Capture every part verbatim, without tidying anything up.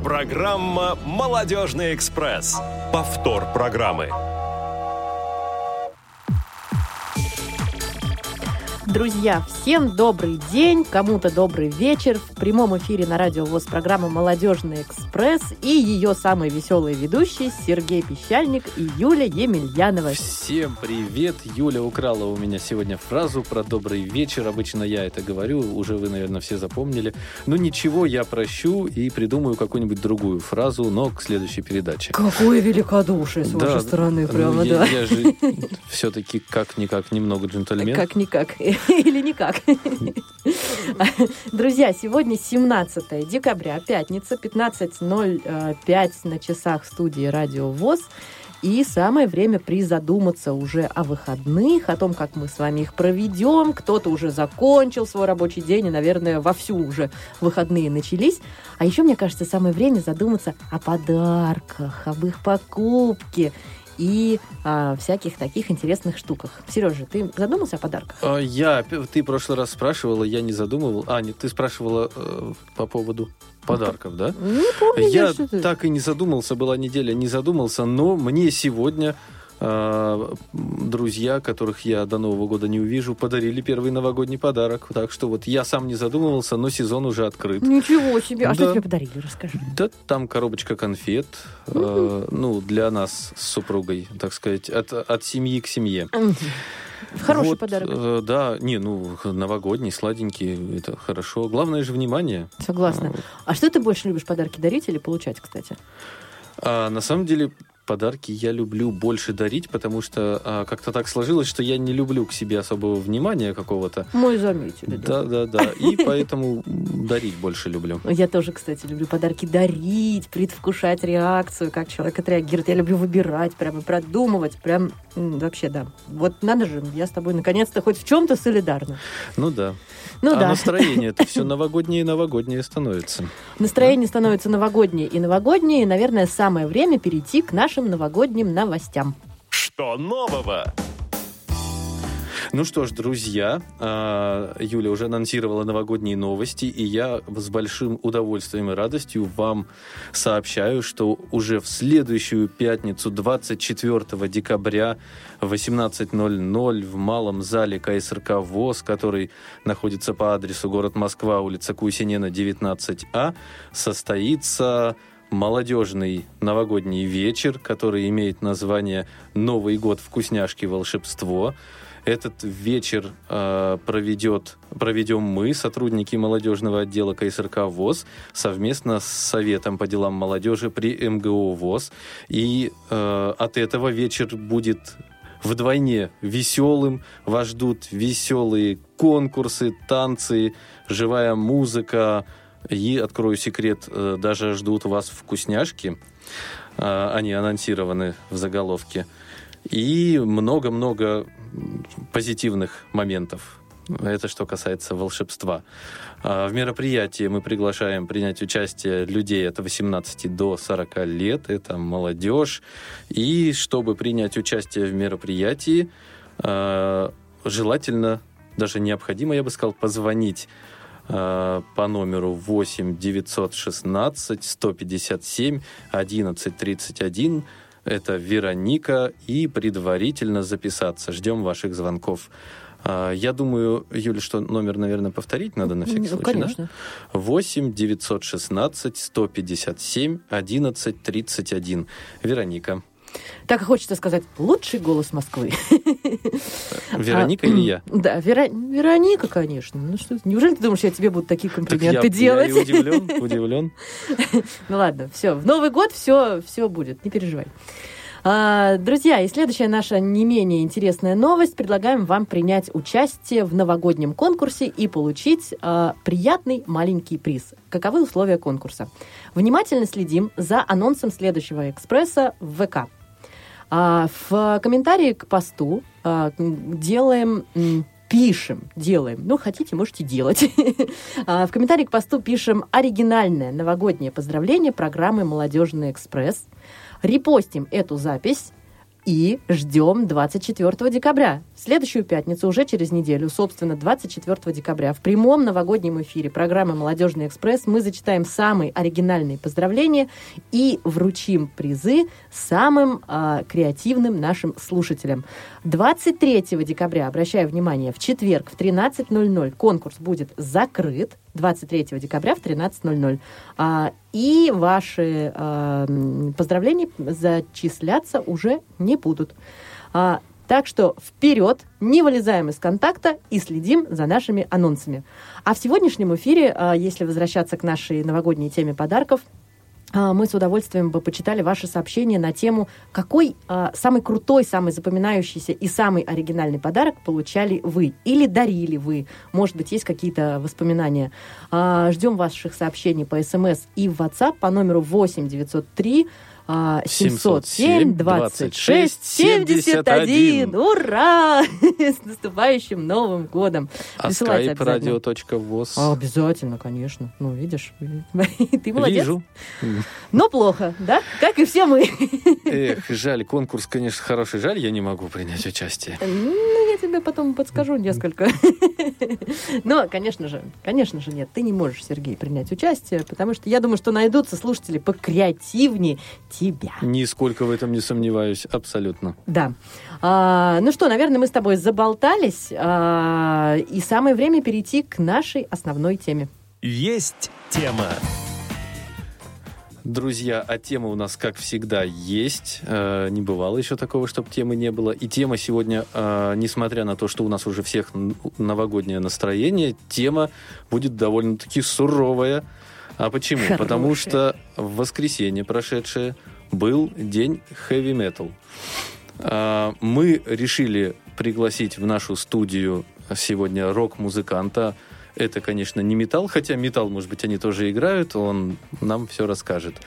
Программа «Молодежный экспресс». Повтор программы. Друзья, всем добрый день, кому-то добрый вечер. В прямом эфире на Радио ВОС программа «Молодежный экспресс» и ее самые веселые ведущие Сергей Пещальник и Юля Емельянова. Всем привет! Юля украла у меня сегодня фразу про добрый вечер. Обычно я это говорю, уже вы, наверное, все запомнили. Но ничего, я прощу и придумаю какую-нибудь другую фразу, но к следующей передаче. Какое великодушие с да, вашей стороны, прямо, ну, да. Я, я же все-таки как-никак немного джентльмен. Как-никак. Или никак. Друзья, сегодня семнадцатое декабря, пятница, пятнадцать ноль пять на часах студии Радио ВОС. И самое время призадуматься уже о выходных, о том, как мы с вами их проведем. Кто-то уже закончил свой рабочий день, и, наверное, вовсю уже выходные начались. А еще, мне кажется, самое время задуматься о подарках, об их покупке и а, всяких таких интересных штуках. Сережа, ты задумался о подарках? А, я, ты в прошлый раз спрашивала, я не задумывал. А, нет, ты спрашивала э, по поводу подарков, да? Не помню, я что ты... так и не задумался, была неделя, не задумался, но мне сегодня э, друзья, которых я до Нового года не увижу, подарили первый новогодний подарок. Так что вот я сам не задумывался, но сезон уже открыт. Ничего себе! А да. Что тебе подарили? Расскажи. Да, там коробочка конфет. Угу. Э, ну, для нас с супругой, так сказать, от, от семьи к семье. Угу. Хороший вот, подарок. Э, да, не, ну, новогодний, сладенький, это хорошо. Главное же внимание. Согласна. А что ты больше любишь, подарки дарить или получать, кстати? А, на самом деле, подарки я люблю больше дарить, потому что а, как-то так сложилось, что я не люблю к себе особого внимания какого-то. Мы заметили. Да, да, да. И поэтому дарить больше люблю. Я тоже, кстати, люблю подарки дарить, предвкушать реакцию, как человек отреагирует. Я люблю выбирать, прямо продумывать, прям вообще, да. Вот надо же, я с тобой наконец-то хоть в чем-то солидарна. Ну да. Ну, а да. настроение это все новогоднее и новогоднее становится. Настроение становится новогоднее и новогоднее, и, наверное, самое время перейти к нашим новогодним новостям. Что нового? Ну что ж, друзья, Юля уже анонсировала новогодние новости, и я с большим удовольствием и радостью вам сообщаю, что уже в следующую пятницу, двадцать четвёртого декабря в восемнадцать ноль ноль в малом зале ка эс эр ка ВОС, который находится по адресу город Москва, улица Кусинена, девятнадцать А, состоится молодежный новогодний вечер, который имеет название «Новый год. Вкусняшки. Волшебство». Этот вечер э, проведет, проведем мы, сотрудники молодежного отдела ка эс эр ка ВОС, совместно с Советом по делам молодежи при эм гэ о ВОС. И э, от этого вечер будет вдвойне веселым. Вас ждут веселые конкурсы, танцы, живая музыка. И, открою секрет, э, даже ждут вас вкусняшки. Э, они анонсированы в заголовке. И много-много позитивных моментов. Это что касается волшебства. В мероприятии мы приглашаем принять участие людей от восемнадцати до сорока лет. Это молодежь. И чтобы принять участие в мероприятии, желательно, даже необходимо, я бы сказал, позвонить по номеру восемь девятьсот шестнадцать сто пятьдесят семь одиннадцать тридцать один. Это Вероника, и предварительно записаться. Ждем ваших звонков. Я думаю, Юля, что номер, наверное, повторить надо на всякий ну, случай, конечно. Да? восемь девятьсот шестнадцать сто пятьдесят семь одиннадцать тридцать один. Вероника. Так и хочется сказать, лучший голос Москвы. Вероника а, или я? Да, Вера... Вероника, конечно. Ну что, неужели ты думаешь, я тебе буду такие комплименты так я, делать? Я и удивлен, удивлен. Ну ладно, все, в Новый год все, все будет, не переживай. А, друзья, и следующая наша не менее интересная новость. Предлагаем вам принять участие в новогоднем конкурсе и получить а, приятный маленький приз. Каковы условия конкурса? Внимательно следим за анонсом следующего экспресса в вэ ка. А, в комментарии к посту а, делаем... Пишем, делаем. Ну, хотите, можете делать. В комментарии к посту пишем оригинальное новогоднее поздравление программы «Молодежный экспресс». Репостим эту запись И ждем двадцать четвёртого декабря. В следующую пятницу, уже через неделю, собственно, двадцать четвёртого декабря, в прямом новогоднем эфире программы «Молодежный экспресс» мы зачитаем самые оригинальные поздравления и вручим призы самым э, креативным нашим слушателям. двадцать третьего декабря, обращаю внимание, в четверг в тринадцать ноль ноль конкурс будет закрыт. двадцать третьего декабря в тринадцать ноль ноль. А, и ваши а, поздравления зачисляться уже не будут. А, так что вперед, не вылезаем из контакта и следим за нашими анонсами. А в сегодняшнем эфире, а, если возвращаться к нашей новогодней теме подарков, мы с удовольствием бы почитали ваши сообщения на тему, какой а, самый крутой, самый запоминающийся и самый оригинальный подарок получали вы или дарили вы. Может быть, есть какие-то воспоминания. А, ждем ваших сообщений по СМС и в WhatsApp по номеру восемь девятьсот три семьсот семь двадцать шесть семьдесят один. Ура! С наступающим Новым годом! А скайп радио точка воз. А, обязательно, конечно. Ну, видишь, ты молодец. Вижу. Но плохо, да? Как и все мы. Эх, жаль, конкурс, конечно, хороший. Жаль, я не могу принять участие. Ну, я тебе потом подскажу несколько. Но, конечно же, конечно же, нет, ты не можешь, Сергей, принять участие, потому что я думаю, что найдутся слушатели покреативнее тебя. Нисколько в этом не сомневаюсь, абсолютно. Да. А, ну что, наверное, мы с тобой заболтались, а, и самое время перейти к нашей основной теме. Есть тема. Друзья, а тема у нас, как всегда, есть. Э, не бывало еще такого, чтобы темы не было. И тема сегодня, э, несмотря на то, что у нас уже всех новогоднее настроение, тема будет довольно-таки суровая. А почему? Хорошая. Потому что в воскресенье прошедшее был день хэви-метал. Э, мы решили пригласить в нашу студию сегодня рок-музыканта. Это, конечно, не металл, хотя металл, может быть, они тоже играют, он нам все расскажет.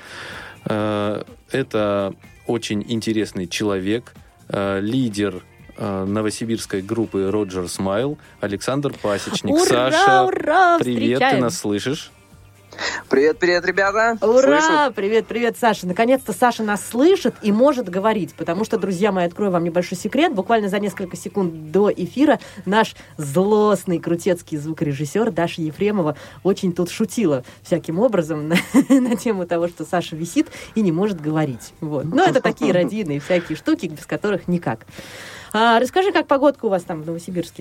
Это очень интересный человек, лидер новосибирской группы Roger Smile, Александр Пасечник. Ура, Саша, ура, привет, встречаем. Ты нас слышишь? Привет, привет, ребята! Ура! Слышу. Привет, привет, Саша! Наконец-то Саша нас слышит и может говорить, потому что, друзья мои, открою вам небольшой секрет. Буквально за несколько секунд до эфира наш злостный крутецкий звукорежиссер Даша Ефремова очень тут шутила всяким образом на, на тему того, что Саша висит и не может говорить. Вот. Но это такие родийные всякие штуки, без которых никак. А, расскажи, как погодка у вас там в Новосибирске?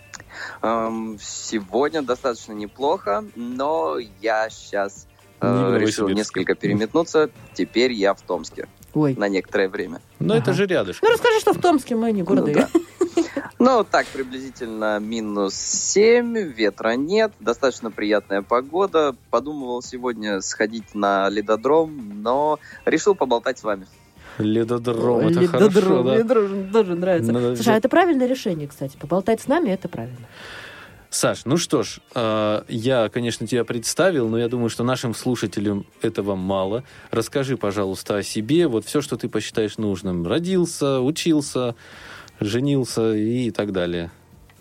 Сегодня достаточно неплохо, но я сейчас э, решил несколько переметнуться. Теперь я в Томске. Ой. На некоторое время. Но ага. это же рядышком. Ну, расскажи, что в Томске мы не города. Ну, да. ну, так, приблизительно минус семь, ветра нет, достаточно приятная погода. Подумывал сегодня сходить на ледодром, но решил поболтать с вами. Ледодром, это Ледодром, хорошо, да. Ледодром тоже нравится. Надо Слушай, а это правильное решение, кстати. Поболтать с нами — это правильно. Саш, ну что ж, э, я, конечно, тебя представил, но я думаю, что нашим слушателям этого мало. Расскажи, пожалуйста, о себе, вот все, что ты посчитаешь нужным. Родился, учился, женился и так далее.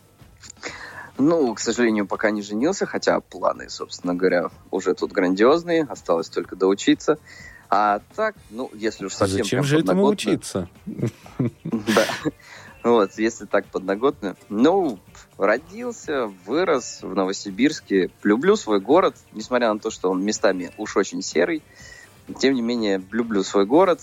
Ну, к сожалению, пока не женился, хотя планы, собственно говоря, уже тут грандиозные, осталось только доучиться. А так, ну, если уж совсем... Зачем же этому учиться? Да. Вот, если так подноготно. Ну, родился, вырос в Новосибирске. Люблю свой город, несмотря на то, что он местами уж очень серый. Тем не менее, люблю свой город.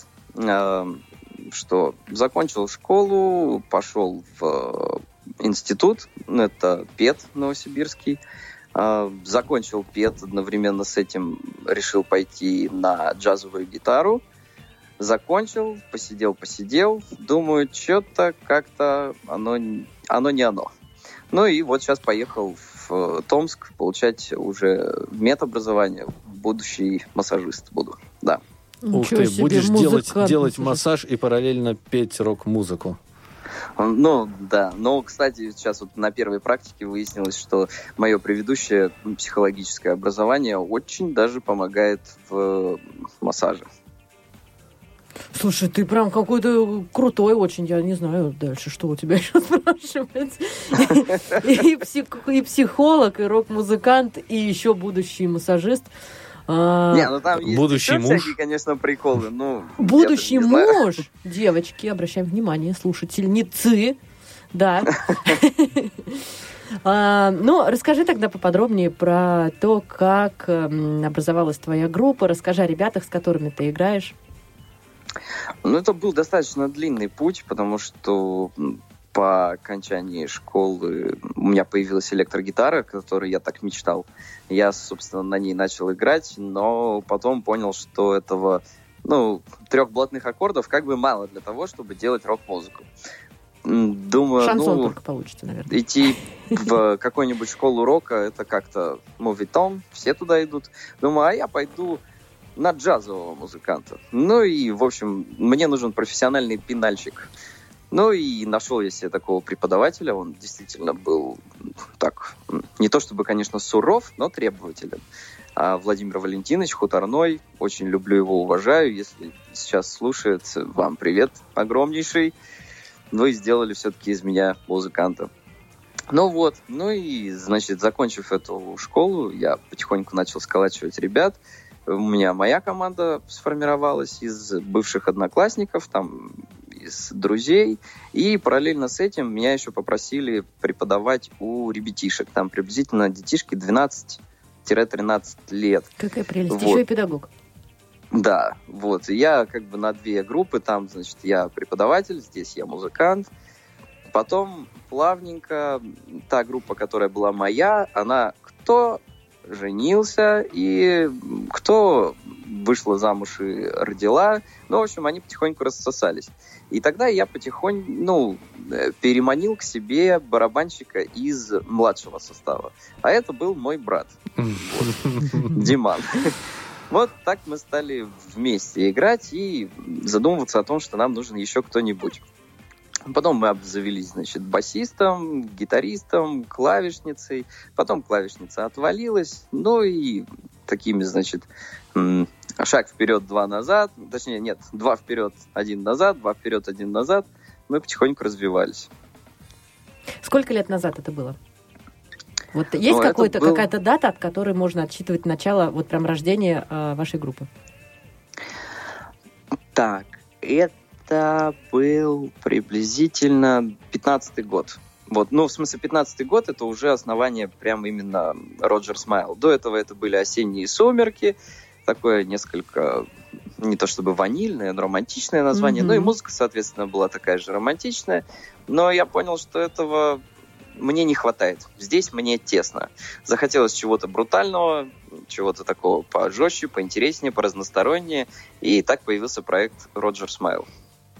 Что закончил школу, пошел в институт. Это ПЕД новосибирский. Закончил ПЕД, одновременно с этим решил пойти на джазовую гитару. Закончил, посидел-посидел. Думаю, что-то как-то оно, оно не оно. Ну и вот сейчас поехал в Томск получать уже медобразование. Будущий массажист буду, да. Ух ты, будешь делать, делать массаж и параллельно петь рок-музыку. Ну, да. Но, кстати, сейчас вот на первой практике выяснилось, что мое предыдущее психологическое образование очень даже помогает в массаже. Слушай, ты прям какой-то крутой очень, я не знаю дальше, что у тебя еще спрашивать. И психолог, и рок-музыкант, и еще будущий массажист. А, Не, ну там есть будущий еще муж. всякие, конечно, приколы. Ну, Будущий я даже не знаю. муж, девочки, обращаем внимание, слушательницы, да. А, ну, расскажи тогда поподробнее про то, как м, образовалась твоя группа. Расскажи о ребятах, с которыми ты играешь. Ну, это был достаточно длинный путь, потому что м, по окончании школы у меня появилась электрогитара, которой я так мечтал. Я, собственно, на ней начал играть, но потом понял, что этого, ну, трех блатных аккордов как бы мало для того, чтобы делать рок-музыку. М, Думаю, Шансон ну, только получится, наверное. идти в какую-нибудь школу рока, это как-то мовитон, все туда идут. Думаю, а я пойду на джазового музыканта. Ну и, в общем, мне нужен профессиональный пенальщик. Ну и нашел я себе такого преподавателя. Он действительно был так, не то чтобы, конечно, суров, но требователен. А Владимир Валентинович Хуторной. Очень люблю его, уважаю. Если сейчас слушает, вам привет огромнейший. Вы сделали все-таки из меня музыканта. Ну вот, ну и, значит, закончив эту школу, я потихоньку начал сколачивать ребят. У меня моя команда сформировалась из бывших одноклассников, там, из друзей. И параллельно с этим меня еще попросили преподавать у ребятишек. Там приблизительно детишки двенадцать-тринадцать лет. Какая прелесть. Вот. Еще и педагог. Да, вот. И я как бы на две группы. Там, значит, я преподаватель, здесь я музыкант. Потом плавненько та группа, которая была моя, она кто женился и кто вышла замуж и родила. Ну, в общем, они потихоньку рассосались. И тогда я потихоньку, ну, переманил к себе барабанщика из младшего состава. А это был мой брат, Диман. Вот так мы стали вместе играть и задумываться о том, что нам нужен еще кто-нибудь. Потом мы обзавелись, значит, басистом, гитаристом, клавишницей. Потом клавишница отвалилась. Ну и такими, значит, шаг вперед, два назад. Точнее, нет, два вперед, один назад, два вперед, один назад. Мы потихоньку развивались. Сколько лет назад это было? Вот есть Ну, какой-то, был... какая-то дата, от которой можно отсчитывать начало, вот прям рождения э, вашей группы? Так, это был приблизительно пятнадцатый год. Вот, ну, в смысле, пятнадцатый год — это уже основание прям именно Роджер Смайл. До этого это были «Осенние сумерки», такое несколько, не то чтобы ванильное, но романтичное название. Mm-hmm. Ну и музыка, соответственно, была такая же романтичная. Но я понял, что этого мне не хватает. Здесь мне тесно. Захотелось чего-то брутального, чего-то такого пожестче, поинтереснее, поразностороннее. И так появился проект Роджер Смайл.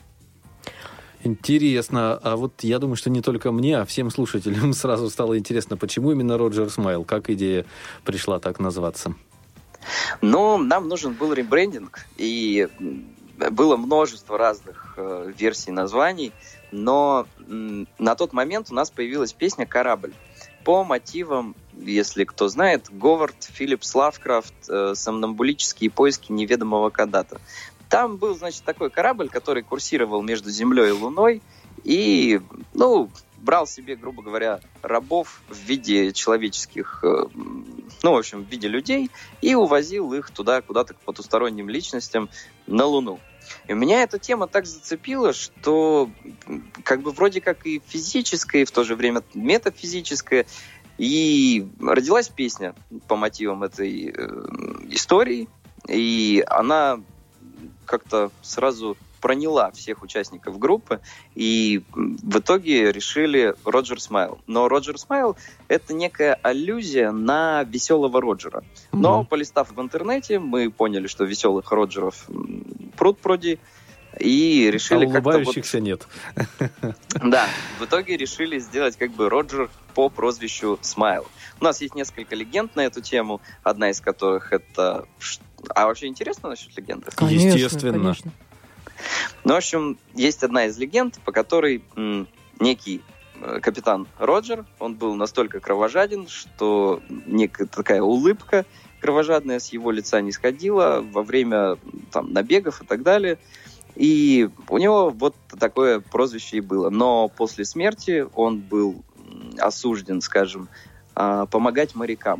Интересно. А вот я думаю, что не только мне, а всем слушателям сразу стало интересно, почему именно Роджер Смайл? Как идея пришла так назваться? Ну, нам нужен был ребрендинг, и было множество разных э, версий названий, но м, на тот момент у нас появилась песня «Корабль» по мотивам, если кто знает, Говард Филлипс Лавкрафт э, «Сомнамбулические поиски неведомого Кадата». Там был, значит, такой корабль, который курсировал между Землей и Луной и, ну, брал себе, грубо говоря, рабов в виде человеческих, ну, в общем, в виде людей, и увозил их туда, куда-то к потусторонним личностям на Луну. И меня эта тема так зацепила, что как бы вроде как и физическая, и в то же время метафизическая. И родилась песня по мотивам этой э, истории, и она как-то сразу проняла всех участников группы, и в итоге решили Роджер Смайл. Но Роджер Смайл — это некая аллюзия на веселого Роджера. Но, mm-hmm. полистав в интернете, мы поняли, что веселых Роджеров пруд-пруди, и решили а как-то... улыбающихся вот... нет. Да, в итоге решили сделать как бы Роджер по прозвищу Смайл. У нас есть несколько легенд на эту тему, одна из которых это... А вообще интересно насчет легенды? Конечно, Естественно. Конечно. Ну, в общем, есть одна из легенд, по которой м, некий э, капитан Роджер, он был настолько кровожаден, что некая такая улыбка кровожадная с его лица не сходила во время там, набегов и так далее. И у него вот такое прозвище и было. Но после смерти он был осужден, скажем, помогать морякам.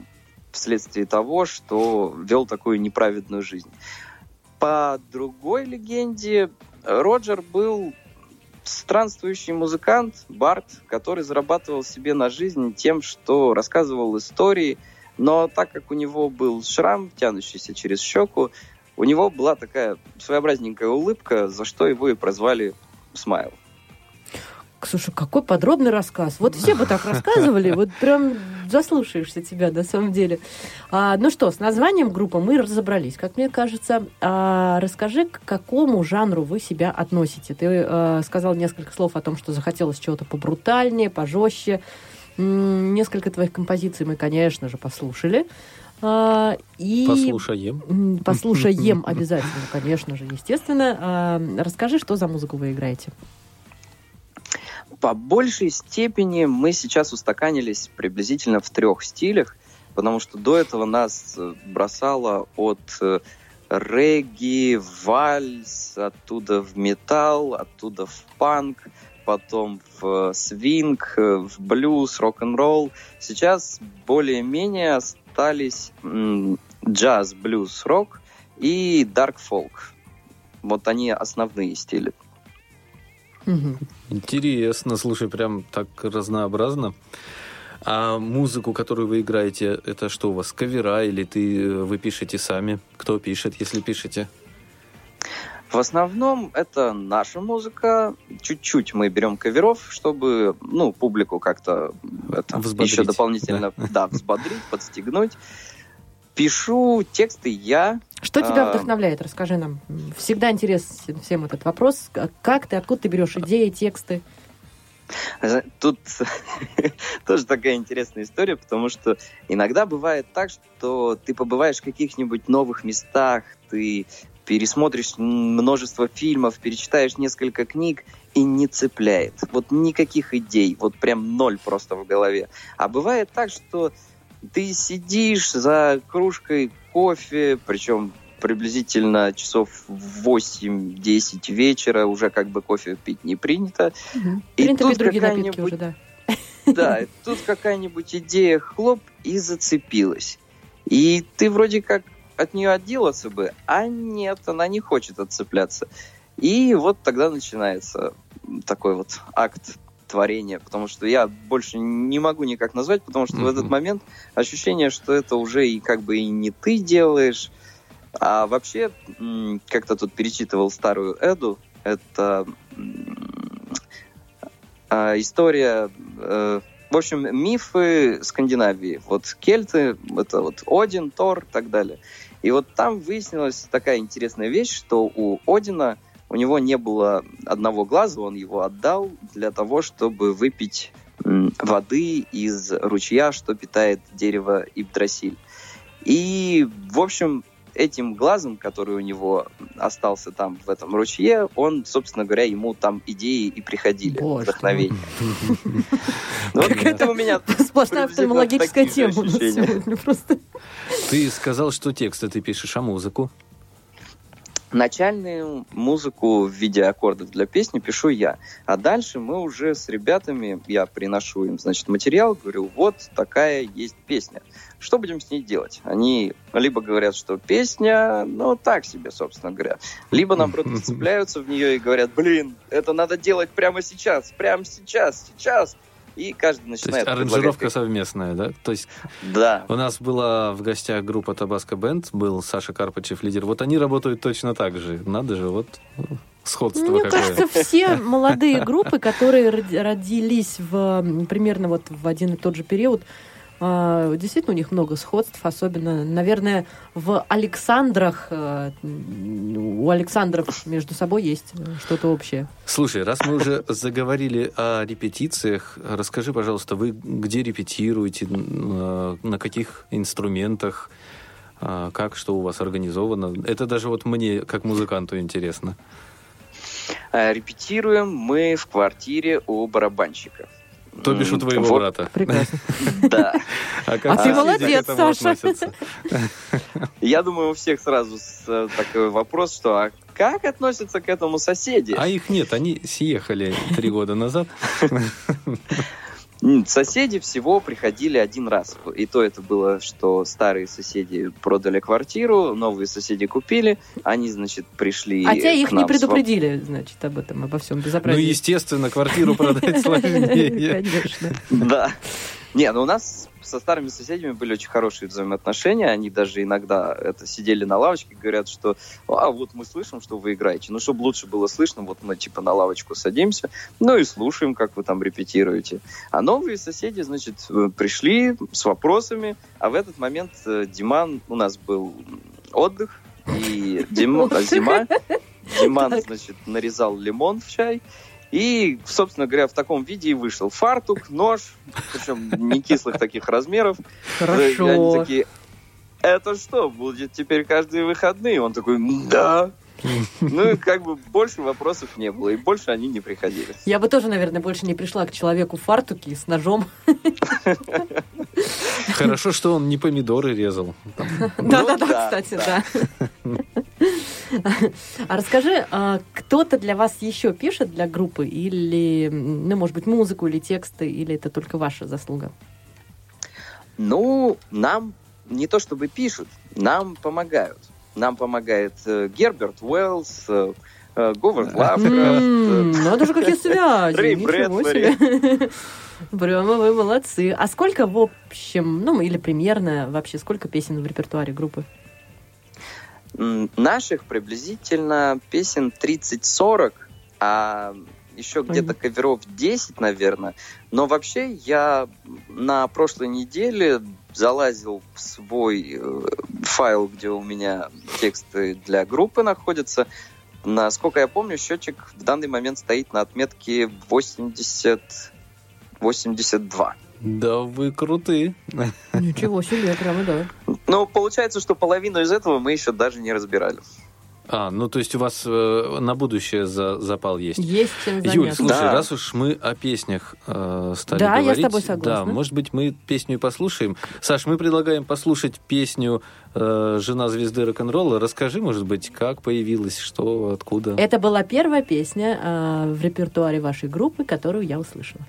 вследствие того, что вел такую неправедную жизнь. По другой легенде, Роджер был странствующий музыкант, бард, который зарабатывал себе на жизнь тем, что рассказывал истории, но так как у него был шрам, тянущийся через щеку, у него была такая своеобразненькая улыбка, за что его и прозвали Смайл. Слушай, какой подробный рассказ. Вот все бы так рассказывали, вот прям заслушаешься тебя на самом деле. А, ну что, с названием группы мы разобрались, как мне кажется. А, расскажи, к какому жанру вы себя относите? Ты а, сказал несколько слов о том, что захотелось чего-то побрутальнее, пожестче. М-м, несколько твоих композиций мы, конечно же, послушали. А, и... Послушаем. Послушаем обязательно, конечно же, естественно. А, расскажи, что за музыку вы играете? По большей степени мы сейчас устаканились приблизительно в трех стилях, потому что до этого нас бросало от регги, вальс, оттуда в металл, оттуда в панк, потом в свинг, в блюз, рок-н-ролл. Сейчас более-менее остались м- джаз, блюз, рок и дарк-фолк. Вот они основные стили. Интересно, слушай, прям так разнообразно. А музыку, которую вы играете, это что у вас, кавера или ты, вы пишете сами? Кто пишет, если пишете? В основном это наша музыка. Чуть-чуть мы берем каверов, чтобы, ну, публику как-то это, еще дополнительно да. Да, взбодрить, подстегнуть. Пишу тексты я. Что тебя вдохновляет? Расскажи нам. Всегда интересен всем этот вопрос. Как ты, откуда ты берешь идеи, тексты? Тут тоже такая интересная история, потому что иногда бывает так, что ты побываешь в каких-нибудь новых местах, ты пересмотришь множество фильмов, перечитаешь несколько книг и не цепляет. Вот никаких идей, вот прям ноль просто в голове. А бывает так, что ты сидишь за кружкой кофе, причем приблизительно часов восемь-десять вечера, уже как бы кофе пить не принято. Угу. И принято тут какая-нибудь... Уже, да. Да, тут какая-нибудь идея хлоп и зацепилась. И ты вроде как от нее отделаться бы, а нет, она не хочет отцепляться. И вот тогда начинается такой вот акт творения, потому что я больше не могу никак назвать, потому что mm-hmm. в этот момент ощущение, что это уже и как бы и не ты делаешь, а вообще как-то тут перечитывал старую Эду, это история, в общем, мифы Скандинавии, вот кельты, это вот Один, Тор и так далее. И вот там выяснилась такая интересная вещь, что у Одина у него не было одного глаза, он его отдал для того, чтобы выпить м, воды из ручья, что питает дерево Игдрасиль. И, в общем, этим глазом, который у него остался там в этом ручье, он, собственно говоря, ему там идеи и приходили, вдохновение. Это у меня сплошная офтальмологическая тема у нас сегодня просто. Ты сказал, что тексты ты пишешь, а музыку? Начальную музыку в виде аккордов для песни пишу я. А дальше мы уже с ребятами, я приношу им, значит, материал, говорю, вот такая есть песня. Что будем с ней делать? Они либо говорят, что песня, ну, так себе, собственно говоря. Либо, наоборот, цепляются в нее и говорят, блин, это надо делать прямо сейчас, прямо сейчас, сейчас. И каждый начинает... То есть аранжировка совместная, да? То есть да. У нас была в гостях группа Tabasco Band, был Саша Карпачев, лидер. Вот они работают точно так же. Надо же, вот сходство Мне какое. Мне кажется, все молодые группы, которые родились в, примерно вот в один и тот же период, действительно, у них много сходств, особенно, наверное, в Александрах. У Александров между собой есть что-то общее. Слушай, раз мы уже заговорили о репетициях, расскажи, пожалуйста, вы где репетируете, на каких инструментах, как, что у вас организовано? Это даже вот мне, как музыканту, интересно. Репетируем мы в квартире у барабанщика. То бишь у твоего вот. брата. Прекрасно. Да. А, а ты молодец, Саша. Я думаю, у всех сразу такой вопрос, что а как относятся к этому соседи? А их нет, они съехали три года назад. Соседи всего приходили один раз. И то это было, что старые соседи продали квартиру, новые соседи купили, они, значит, пришли А те их к нам не предупредили, значит, об этом, обо всем безобразии. Ну, естественно, квартиру продать сложнее. Конечно. Да. Не, ну у нас со старыми соседями были очень хорошие взаимоотношения. Они даже иногда это сидели на лавочке и говорят, что а вот мы слышим, что вы играете. Ну, чтобы лучше было слышно, вот мы типа на лавочку садимся, ну и слушаем, как вы там репетируете. А новые соседи, значит, пришли с вопросами, а в этот момент Диман, у нас был отдых, и Дима, зима, Диман, значит, нарезал лимон в чай. И, собственно говоря, в таком виде и вышел. Фартук, нож, причем не кислых таких размеров. Хорошо. И они такие, это что, будет теперь каждые выходные? Он такой, да. Ну, и как бы больше вопросов не было, и больше они не приходили. Я бы тоже, наверное, больше не пришла к человеку в фартуке с ножом. Хорошо, что он не помидоры резал. Да-да-да, кстати, да. А расскажи, а кто-то для вас еще пишет для группы? Или, ну, может быть, музыку или тексты, или это только ваша заслуга? Ну, нам не то чтобы пишут, нам помогают. Нам помогает э, Герберт Уэллс, э, э, Говард Лавкрафт. Надо же, какие связи! Рэй Брэдбери. Прямо вы молодцы. А сколько в общем, ну, или примерно вообще, сколько песен в репертуаре группы? Наших приблизительно песен тридцать-сорок, а еще где-то каверов десять, наверное. Но вообще я на прошлой неделе залазил в свой э, файл, где у меня тексты для группы находятся. Насколько я помню, счетчик в данный момент стоит на отметке восемьдесят, восемьдесят два. Да вы крутые. Ничего себе, прямо да. Ну, получается, что половину из этого мы еще даже не разбирали. А, ну то есть у вас э, на будущее за, запал есть. Есть чем заняться. Юль, слушай, Да. раз уж мы о песнях э, стали Да, я говорить... с тобой согласна. Да, может быть, мы песню и послушаем. Саш, мы предлагаем послушать песню э, «Жена звезды рок-н-ролла». Расскажи, может быть, как появилась, что, откуда? Это была первая песня э, в репертуаре вашей группы, которую я услышала.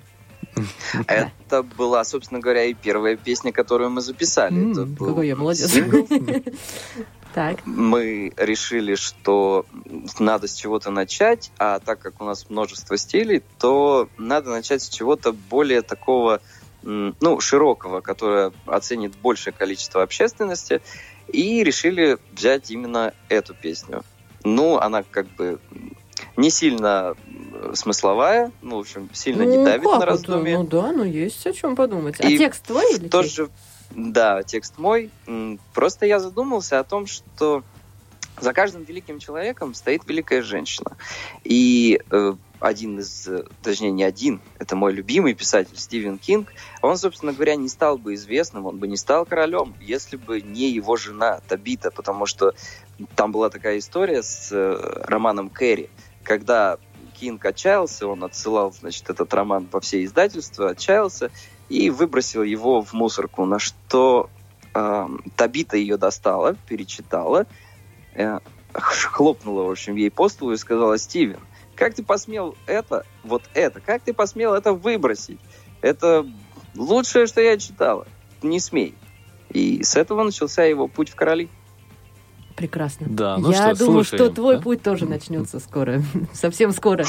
Это была, собственно говоря, и первая песня, которую мы записали. Это М, был Какой я молодец. сингл. Так. Мы решили, что надо с чего-то начать, а так как у нас множество стилей, то надо начать с чего-то более такого, м, ну, широкого, которое оценит большее количество общественности, и решили взять именно эту песню. Ну, она как бы не сильно смысловая, ну, в общем, сильно не Ну, давит как на это? раздумье. Ну да, ну есть о чем подумать. А И текст твой или чей? Тоже, да, текст мой. М, Просто я задумался о том, что за каждым великим человеком стоит великая женщина. И э, один из, э, точнее, не один, это мой любимый писатель Стивен Кинг, он, собственно говоря, не стал бы известным, он бы не стал королем, если бы не его жена Табита, потому что там была такая история с э, романом Кэрри, когда Кинг отчаялся, он отсылал, значит, этот роман по все издательства, отчаялся и выбросил его в мусорку, на что э, Табита ее достала, перечитала, э, хлопнула, в общем, ей по столу и сказала: «Стивен, как ты посмел это, вот это, как ты посмел это выбросить? Это лучшее, что я читала. Не смей». И с этого начался его путь в короли. Прекрасно. Да, ну Я что, думаю, слушаем, что твой да? путь тоже начнется скоро. Совсем скоро.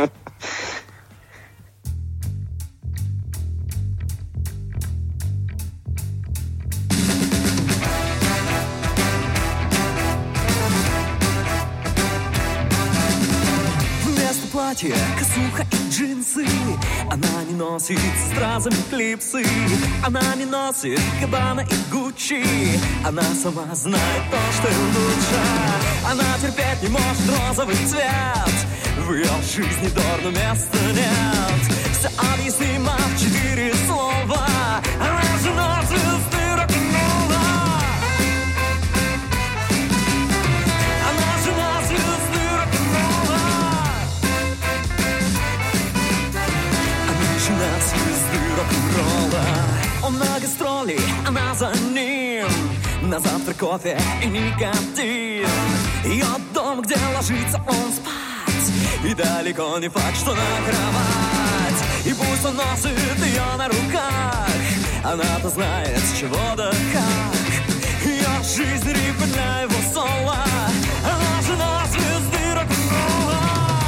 Вместо платья косуха и джинсы. Она не носит с стразами клипсы. Она не носит Габбана и Гуччи. Она сама знает то, что ей лучше. Она терпеть не может розовый цвет. В ее жизни дурно места нет. Все объяснимо в четыре слова. Она жена звезды рок-н-ролла. Она жена звезды рок-н-ролла. Она жена звезды рок-н-ролла. Он на гастроли, она за ним. На завтрак кофе и никотин. Ее дом, где ложится он спать. И далеко не факт, что на кровать. И пусть он носит ее на руках, она-то знает, с чего да как. Ее жизнь рифма для его соло, она жена звезды рок-н-ролла.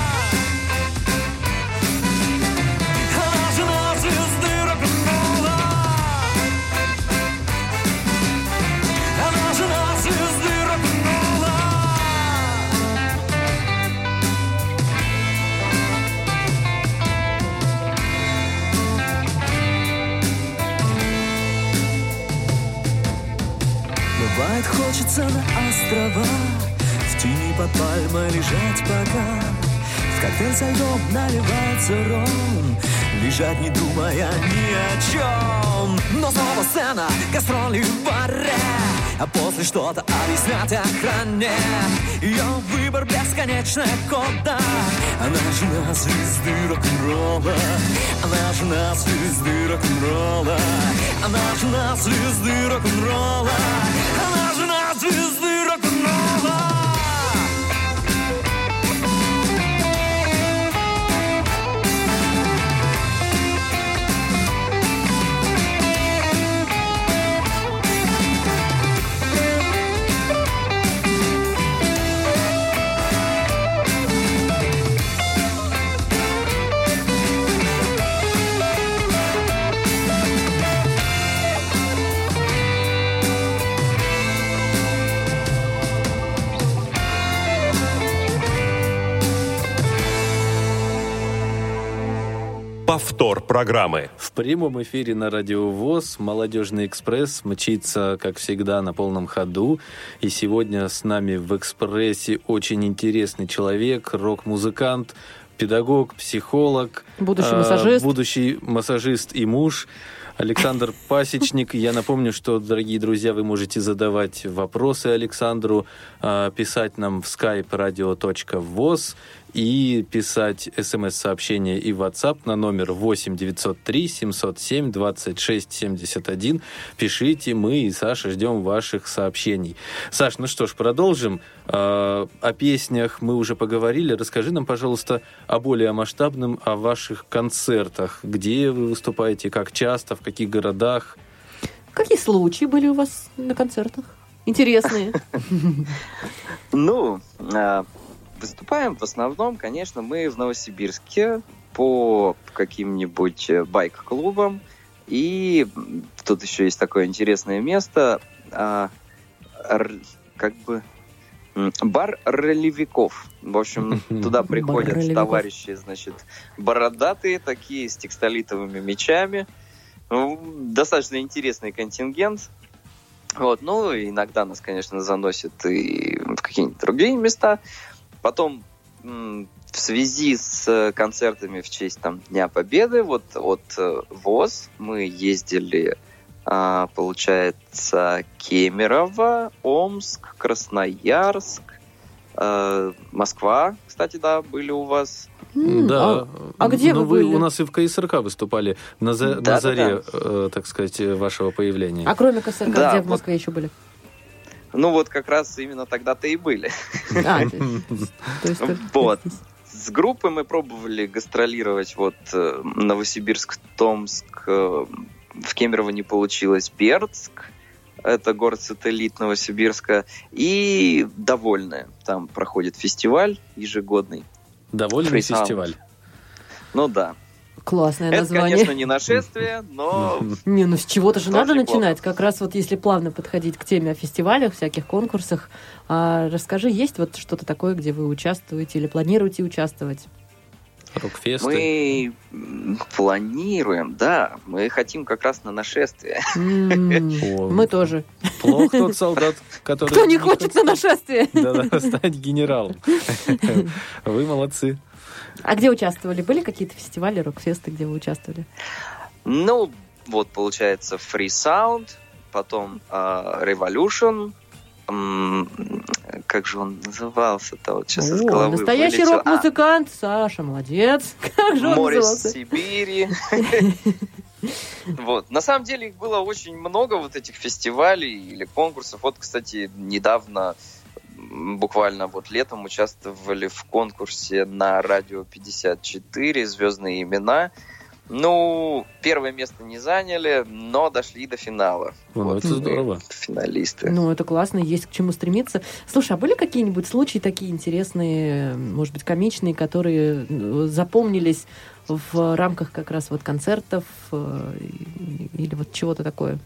Она жена звезды рок-н-ролла. Она жена звезды рок-н-ролла. Бывает, хочется на острова, в тени под пальмой лежать пока. В коктейль со льдом наливается ром, лежать не думая ни о чем. Но снова сцена, гастроли в баре, а после что-то объяснять охране. Ее выбор бесконечная кода. Она жена звезды рок-н-ролла. Она жена звезды рок-н-ролла. Она жена звезды рок-н-ролла. Она жена звезды рок-н-ролла. Повтор программы. В прямом эфире на Радио ВОС «Молодежный экспресс» мчится, как всегда, на полном ходу. И сегодня с нами в «Экспрессе» очень интересный человек, рок-музыкант, педагог, психолог. Будущий массажист. Э, будущий массажист и муж. Александр Пасечник. Я напомню, что, дорогие друзья, вы можете задавать вопросы Александру, э, писать нам в skype radio точка voz и писать смс-сообщение и в WhatsApp на номер восемь девятьсот три семьсот семь двадцать шесть семьдесят один. Пишите, мы и Саша ждем ваших сообщений. Саш, ну что ж, продолжим. Э, о песнях мы уже поговорили. Расскажи нам, пожалуйста, о более масштабном, о ваших концертах. Где вы выступаете, как часто, в каких городах? Какие случаи были у вас на концертах? Интересные. Ну, выступаем в основном, конечно, мы в Новосибирске по каким-нибудь байк-клубам. И тут еще есть такое интересное место, как бы бар ролевиков. В общем, туда приходят товарищи, значит, бородатые такие, с текстолитовыми мечами. Ну, достаточно интересный контингент. Вот, ну, иногда нас, конечно, заносят и в какие-нибудь другие места. Потом м- в связи с концертами в честь там, Дня Победы, вот от ВОС мы ездили, а, получается, Кемерово, Омск, Красноярск, а, Москва, кстати, да, были у вас. М, Да. А, а где Ну, вы были? У нас и в КСРК выступали на, за- Да, на заре, да, э, так сказать, вашего появления. А кроме КСРК, Да, где в вот. Москве еще были? Ну, вот как раз именно тогда-то и были. А, то есть- то есть только Вот. здесь. С группой мы пробовали гастролировать вот э, Новосибирск, Томск, э, в Кемерово не получилось, Бердск, это город-сателлит Новосибирска, и Довольное. Там проходит фестиваль ежегодный. Довольный Free Sound. фестиваль. Ну да. Классное Это, название. конечно, не нашествие, но Не, ну с чего-то же Тоже надо неплохо. начинать. Как раз вот если плавно подходить к теме о фестивалях, всяких конкурсах, а, расскажи, есть вот что-то такое, где вы участвуете или планируете участвовать? Рок-фесты. мы м, планируем, да, мы хотим как раз на нашествие. М, О, Мы тоже. Плох тот солдат, который... Кто не хочет на нашествие? Да-да, стать генералом. Вы молодцы. А где участвовали? Были какие-то фестивали, рок-фесты, где вы участвовали? Ну, вот получается Free Sound, потом а, Revolution, м, как же он назывался-то, вот сейчас из О, головы настоящий вылетел. рок-музыкант. Саша, молодец. Как же А, он Море назывался? Сибири. Вот. На самом деле их было очень много, вот этих фестивалей или конкурсов. Вот, кстати, недавно, м, буквально вот летом участвовали в конкурсе на Радио пятьдесят четыре «Звездные имена». Ну, первое место не заняли, но дошли до финала. Ну, вот это здорово. Финалисты. Ну, это классно, есть к чему стремиться. Слушай, а были какие-нибудь случаи такие интересные, может быть, комичные, которые запомнились в рамках как раз вот концертов или вот чего-то такое?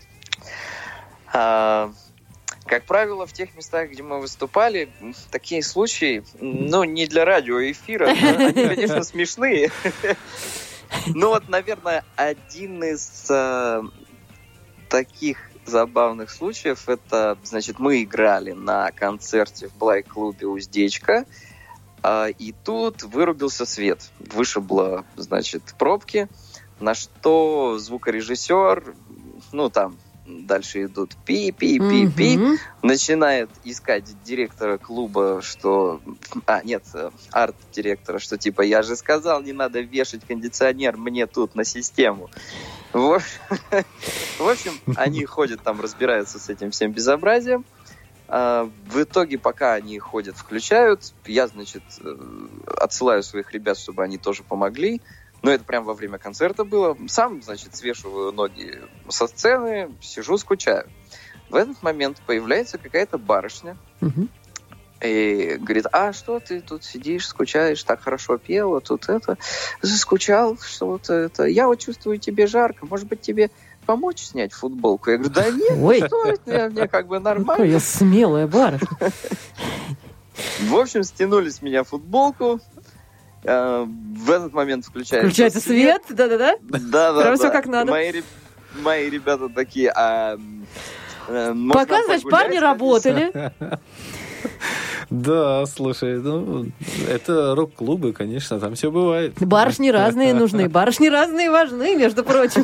А, как правило, в тех местах, где мы выступали, такие случаи, ну, не для радиоэфира, но они, конечно, смешные. Ну вот, наверное, один из э, таких забавных случаев, это, значит, мы играли на концерте в Блайк-клубе «Уздечка», э, и тут вырубился свет. Вышибло, значит, пробки, на что звукорежиссер, ну там дальше идут пи-пи-пи-пи, mm-hmm. начинает искать директора клуба, что... А, нет, арт-директора, что типа, я же сказал, не надо вешать кондиционер мне тут на систему. В общем, они ходят там, разбираются с этим всем безобразием. В итоге, пока они ходят, включают, я, значит, отсылаю своих ребят, чтобы они тоже помогли. Но это прямо во время концерта было. Сам, значит, свешиваю ноги со сцены, сижу, скучаю. В этот момент появляется какая-то барышня угу. и говорит, а что ты тут сидишь, скучаешь, так хорошо пела, тут это, заскучал, что-то это. Я вот чувствую, тебе жарко, может быть, тебе помочь снять футболку? Я говорю, да нет, Ой. что это, мне как бы нормально. Какая смелая барышня. В общем, стянули с меня футболку. В этот момент включается, включается свет. свет, да-да-да? Да-да-да. Прям все как надо. Мои, мои ребята такие, а... Пока, значит, парни работали. Да, слушай, ну, это рок-клубы, конечно, там все бывает. Барышни разные нужны, барышни разные важны, между прочим.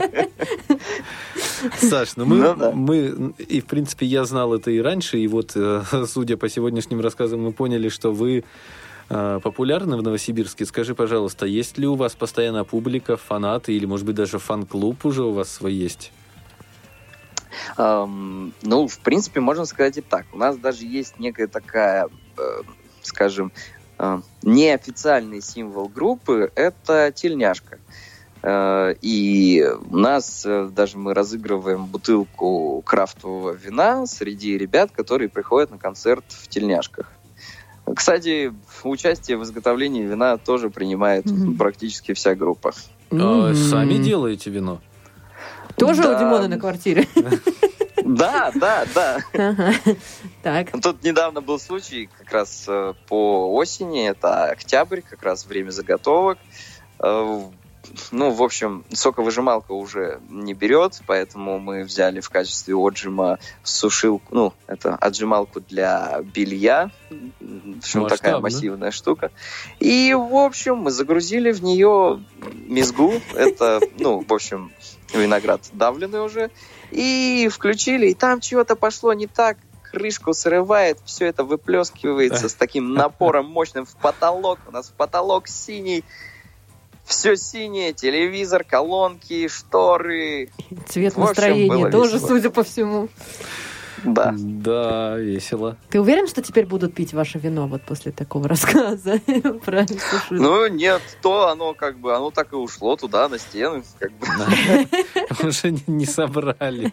Саш, ну мы, ну, да. мы, и в принципе я знал это и раньше, и вот, судя по сегодняшним рассказам, мы поняли, что вы популярны в Новосибирске. Скажи, пожалуйста, есть ли у вас постоянно публика, фанаты, или, может быть, даже фан-клуб уже у вас свой есть? Um, ну, в принципе, можно сказать и так. У нас даже есть некая такая, э, скажем, э, неофициальный символ группы – это тельняшка. Э, и у нас э, даже мы разыгрываем бутылку крафтового вина среди ребят, которые приходят на концерт в тельняшках. Кстати, участие в изготовлении вина тоже принимает mm-hmm. практически вся группа. Mm-hmm. Сами делаете вино? Тоже да. у Димона на квартире? Да, да, да. Ага. Так. Тут недавно был случай, как раз по осени, это октябрь, как раз время заготовок. Ну, в общем, соковыжималка уже не берет, поэтому мы взяли в качестве отжима сушилку, ну, это отжималку для белья, в общем, такая массивная штука. И, в общем, мы загрузили в нее мезгу, это, ну, в общем, виноград давленный уже, и включили, и там чего-то пошло не так, крышку срывает, все это выплескивается с таким напором мощным в потолок, у нас потолок синий, все синее, телевизор, колонки, шторы. Цвет настроения тоже, весело. Судя по всему. Да. Да, весело. Ты уверен, что теперь будут пить ваше вино вот после такого рассказа? Ну, нет, то оно как бы, оно так и ушло туда, на стены. Как бы. Уже не собрали.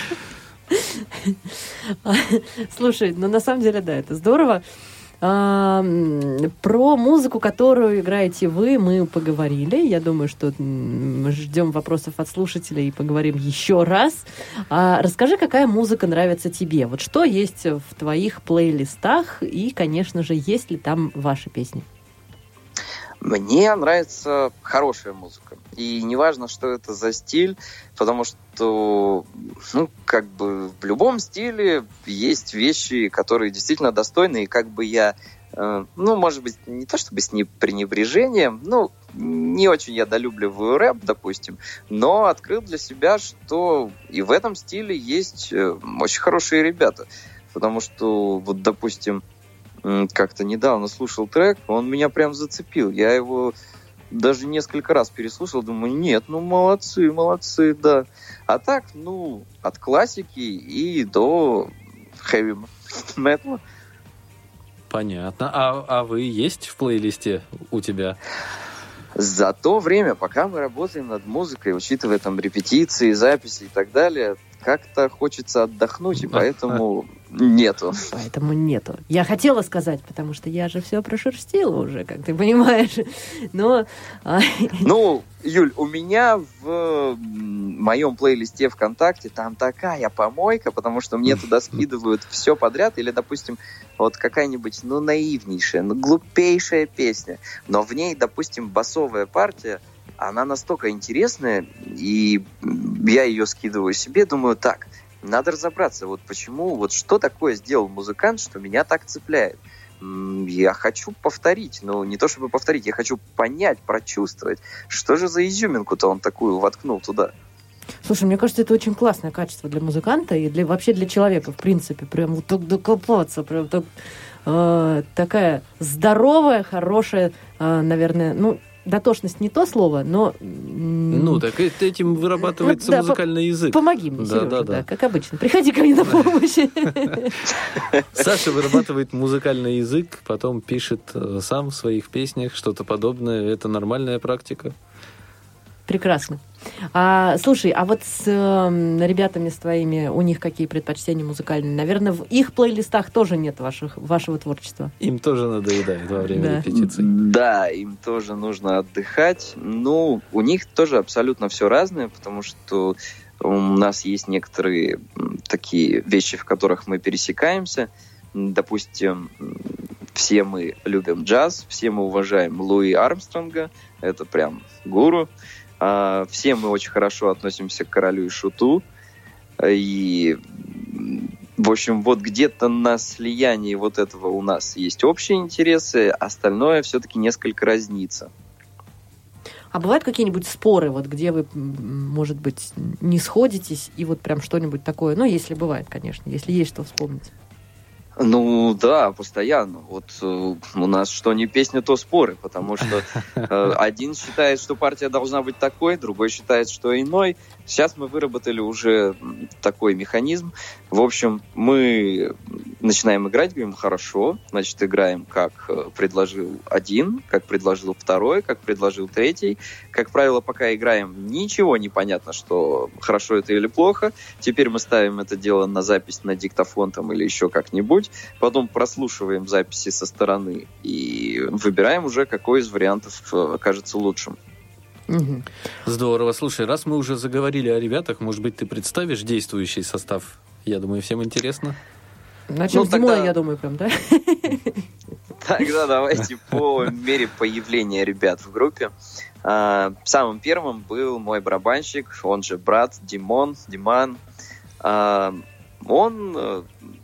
Слушай, ну на самом деле, да, это здорово. А, про музыку, которую играете вы, мы поговорили. Я думаю, что мы ждем вопросов от слушателей и поговорим еще раз. А, расскажи, какая музыка нравится тебе? Вот что есть в твоих плейлистах и, конечно же, есть ли там ваши песни? Мне нравится хорошая музыка. И неважно, что это за стиль, потому что, ну, как бы в любом стиле есть вещи, которые действительно достойны, и как бы я, э, ну, может быть, не то чтобы с пренебрежением, ну, не очень я долюбливаю рэп, допустим, но открыл для себя, что и в этом стиле есть э, очень хорошие ребята. Потому что, вот, допустим, как-то недавно слушал трек, он меня прям зацепил. Я его даже несколько раз переслушал, думаю, нет, ну молодцы, молодцы, да. А так, ну, от классики и до хэви металла. Понятно. А, а вы есть в плейлисте у тебя? За то время, пока мы работаем над музыкой, учитывая там репетиции, записи и так далее, как-то хочется отдохнуть, и поэтому нету. Поэтому нету. Я хотела сказать, потому что я же все прошерстила уже, как ты понимаешь. Но... Ну, Юль, у меня в моем плейлисте ВКонтакте там такая помойка, потому что мне туда скидывают все подряд, или, допустим, вот какая-нибудь, ну, наивнейшая, ну, глупейшая песня, но в ней, допустим, басовая партия, она настолько интересная, и я ее скидываю себе, думаю, так, надо разобраться, вот почему, вот что такое сделал музыкант, что меня так цепляет. Я хочу повторить, ну, не то чтобы повторить, я хочу понять, прочувствовать, что же за изюминку-то он такую воткнул туда. Слушай, мне кажется, это очень классное качество для музыканта и для, вообще для человека, в принципе, прям вот так докопаться, прям так, э, такая здоровая, хорошая, э, наверное, ну, дотошность не то слово, но... Ну, так этим вырабатывается да, музыкальный по- язык. Помоги мне, да, Сережа, да, да, да. как обычно. Приходи ко мне на помощь. Саша вырабатывает музыкальный язык, потом пишет сам в своих песнях что-то подобное. Это нормальная практика. Прекрасно. А, слушай, а вот с э, ребятами с твоими, у них какие предпочтения музыкальные? Наверное, в их плейлистах тоже нет ваших, вашего творчества. Им тоже надоедает во время Да. репетиций. Да, им тоже нужно отдыхать. Ну, у них тоже абсолютно все разное, потому что у нас есть некоторые такие вещи, в которых мы пересекаемся. Допустим, все мы любим джаз, все мы уважаем Луи Армстронга, это прям гуру. Все мы очень хорошо относимся к королю и шуту. И, в общем, вот где-то на слиянии вот этого у нас есть общие интересы, остальное все-таки несколько разнится. А бывают какие-нибудь споры, вот где вы, может быть, не сходитесь, и вот прям что-нибудь такое? Ну, если бывает, конечно, если есть что вспомнить. Ну да, постоянно. Вот э, у нас что не песня, то споры, потому что э, один считает, что партия должна быть такой, другой считает, что иной. Сейчас мы выработали уже такой механизм. В общем, мы начинаем играть, говорим, хорошо, значит, играем, как предложил один, как предложил второй, как предложил третий. Как правило, пока играем, ничего не понятно, что хорошо это или плохо. Теперь мы ставим это дело на запись на диктофон там, или еще как-нибудь. Потом прослушиваем записи со стороны и выбираем уже, какой из вариантов кажется лучшим. Угу. Здорово. Слушай, раз мы уже заговорили о ребятах, может быть, ты представишь действующий состав? Я думаю, всем интересно. Начнем Ну, с Димона, тогда- я думаю, прям, да? Тогда давайте по мере появления ребят в группе. А, Самым первым был мой барабанщик, он же брат Димон, Диман. А, Он э,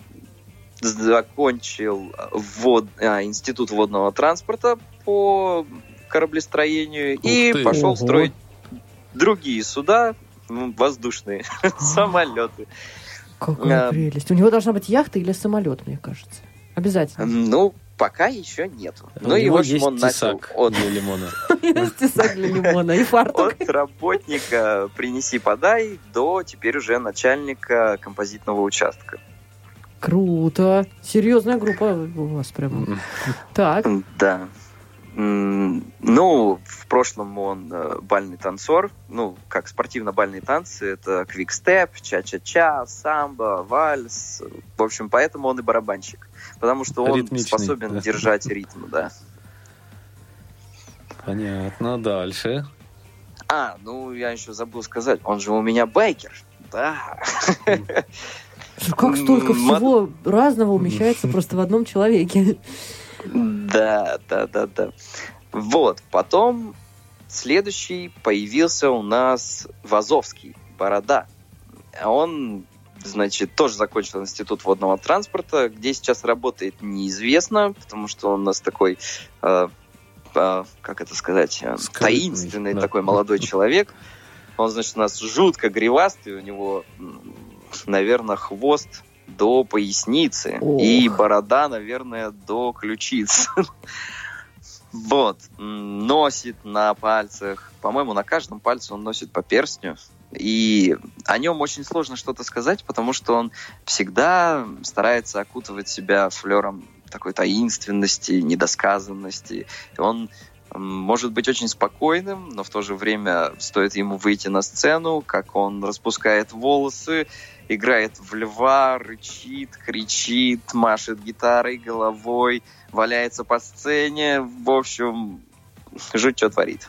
закончил вод... а, институт водного транспорта по кораблестроению и ты. пошел Ого. строить другие суда, ну, воздушные самолеты. Какая А, прелесть. У него должна быть яхта или самолет, мне кажется. Обязательно. Ну, пока еще нету. У Ну и, него в общем, есть он начал тесак от для лимона. Тесак для лимона и фартук. От работника «принеси-подай» до теперь уже начальника композитного участка. Круто. Серьезная группа у вас прямо. Так. Да. М, Ну, в прошлом он э, бальный танцор. Ну, как спортивно-бальные танцы. Это квикстеп, ча-ча-ча, самбо, вальс. В общем, поэтому он и барабанщик. Потому что он Ритмичный, способен да. держать ритм, да. Понятно. Дальше. А, ну, я еще забыл сказать. Он же у меня байкер. Да. Как столько М, всего разного умещается просто в одном человеке. Да, да, да, да. Вот, потом следующий появился у нас Вазовский, Борода. Он, значит, тоже закончил институт водного транспорта, где сейчас работает, неизвестно, потому что он у нас такой, э, э, как это сказать, э, Скрытный, таинственный да. такой молодой человек. Он, значит, у нас жутко гривастый, у него, м, наверное, хвост до поясницы. Ох. И борода, наверное, до ключиц. Вот. М, Носит на пальцах. По-моему, на каждом пальце он носит по перстню. И о нем очень сложно что-то сказать, потому что он всегда старается окутывать себя флером такой таинственности, недосказанности. И он может быть очень спокойным, но в то же время стоит ему выйти на сцену, как он распускает волосы, играет в льва, рычит, кричит, машет гитарой, головой, валяется по сцене. В общем, жуть что творит.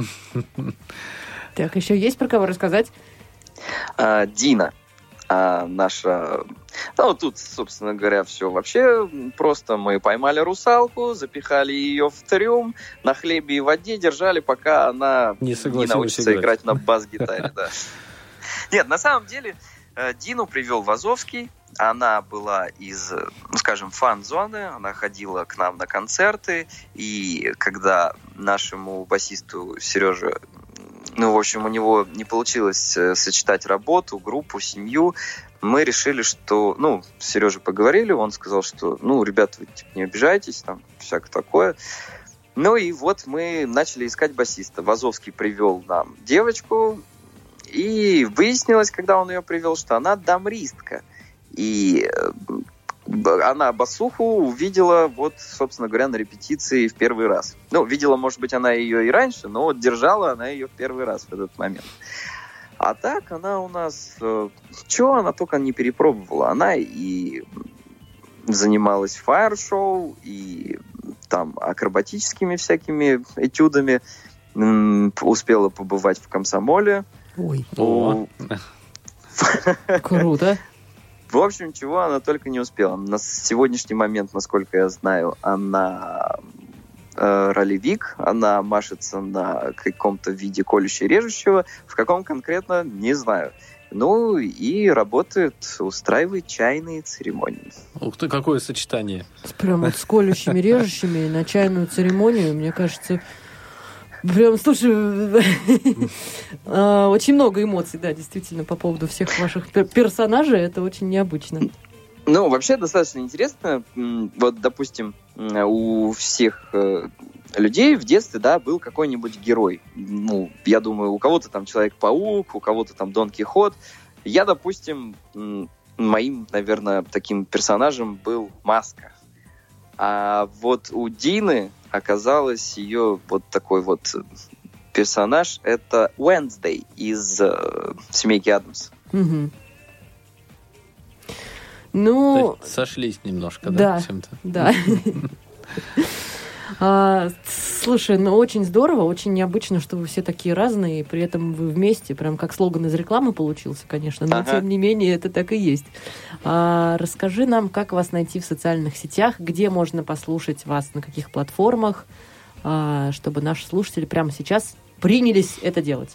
Так, еще есть про кого рассказать? А, Дина. А наша... Ну, тут, собственно говоря, все вообще просто. Мы поймали русалку, запихали ее в трюм, на хлебе и воде держали, пока она не, не научится играть. играть на бас-гитаре. Да. Нет, на самом деле, Дину привел Вазовский. Она была из, ну, скажем, фан-зоны. Она ходила к нам на концерты. И когда нашему басисту Сереже... Ну, в общем, у него не получилось сочетать работу, группу, семью. Мы решили, что... Ну, с Сережей поговорили, он сказал, что, ну, ребята, вы типа, не обижайтесь, там, всякое такое. Ну, и вот мы начали искать басиста. Вазовский привел нам девочку, и выяснилось, когда он ее привел, что она дамристка. И она басуху увидела, вот, собственно говоря, на репетиции в первый раз. Ну, видела, может быть, она ее и раньше, но вот держала она ее в первый раз в этот момент. А так она у нас... Э, чего она только не перепробовала. Она и занималась фаер-шоу, и там акробатическими всякими этюдами. М- успела побывать в комсомоле. Ой. О. Круто. В общем, чего она только не успела. На сегодняшний момент, насколько я знаю, она э, ролевик, она машется на каком-то виде колющего-режущего, в каком конкретно, не знаю. Ну, и работает, устраивает чайные церемонии. Ух ты, какое сочетание. Прям вот с колющими, режущими на чайную церемонию, мне кажется... Прям, слушай, очень много эмоций, да, действительно, по поводу всех ваших персонажей. Это очень необычно. Ну, вообще достаточно интересно. Вот, допустим, у всех людей в детстве, да, был какой-нибудь герой. Ну, я думаю, у кого-то там Человек-паук, у кого-то там Дон Кихот. Я, допустим, моим, наверное, таким персонажем был Маска. А вот у Дины оказалось ее вот такой вот персонаж. Это Уэнсдей из э, «Семейки Адамс». Угу. Ну... Сошлись немножко, да? Да, чем-то. да. А, слушай, ну очень здорово, очень необычно, что вы все такие разные, и при этом вы вместе, прям как слоган из рекламы получился, конечно, но ага. тем не менее это так и есть. А, расскажи нам, как вас найти в социальных сетях, где можно послушать вас, на каких платформах, а, чтобы наши слушатели прямо сейчас принялись это делать.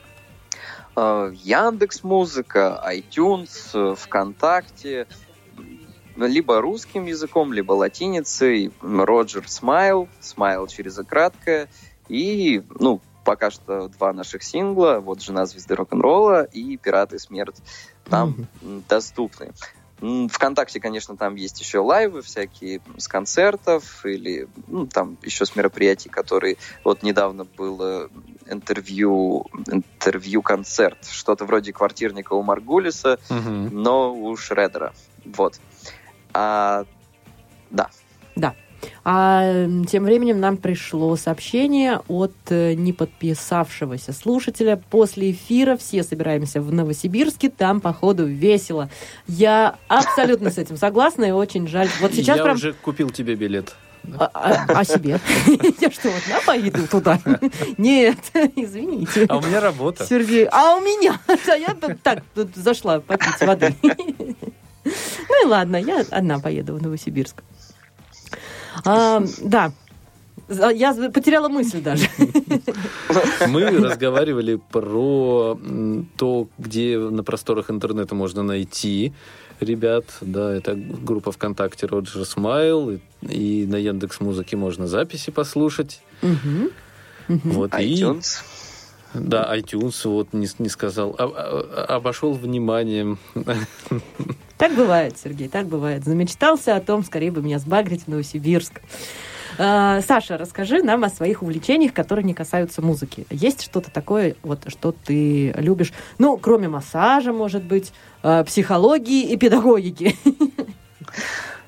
Яндекс.Музыка, iTunes, ВКонтакте, либо русским языком, либо латиницей. Роджер Смайл, Смайл через и краткое. И, ну, пока что два наших сингла, вот «Жена звезды рок-н-ролла» и «Пираты смерть» там mm-hmm. доступны. ВКонтакте, конечно, там есть еще лайвы всякие с концертов или ну, там еще с мероприятий, которые... Вот недавно было интервью, интервью-концерт, что-то вроде «Квартирника» у Маргулиса, mm-hmm. но у Шредера. Вот. А, да. Да. А тем временем нам пришло сообщение от неподписавшегося слушателя. После эфира все собираемся в Новосибирске, там, походу, весело. Я абсолютно с этим согласна и очень жаль. Вот сейчас Я прям... уже купил тебе билет. А, а, а себе? Я что, одна поеду туда? Нет, извините. А у меня работа. Сергей, а у меня? Да, я так тут зашла попить воды. Ну и ладно, я одна поеду в Новосибирск. А, да, я потеряла мысль даже. Мы разговаривали про то, где на просторах интернета можно найти ребят. Да, это группа ВКонтакте Роджер Смайл, и, и на Яндекс.Музыке можно записи послушать. Угу. Угу. Вот, iTunes. И, да, iTunes, вот не, не сказал. А, а, обошел вниманием. Так бывает, Сергей, так бывает. Замечтался о том, скорее бы меня сбагрить в Новосибирск. А, Саша, расскажи нам о своих увлечениях, которые не касаются музыки. Есть что-то такое, вот, что ты любишь? Ну, кроме массажа, может быть, психологии и педагогики.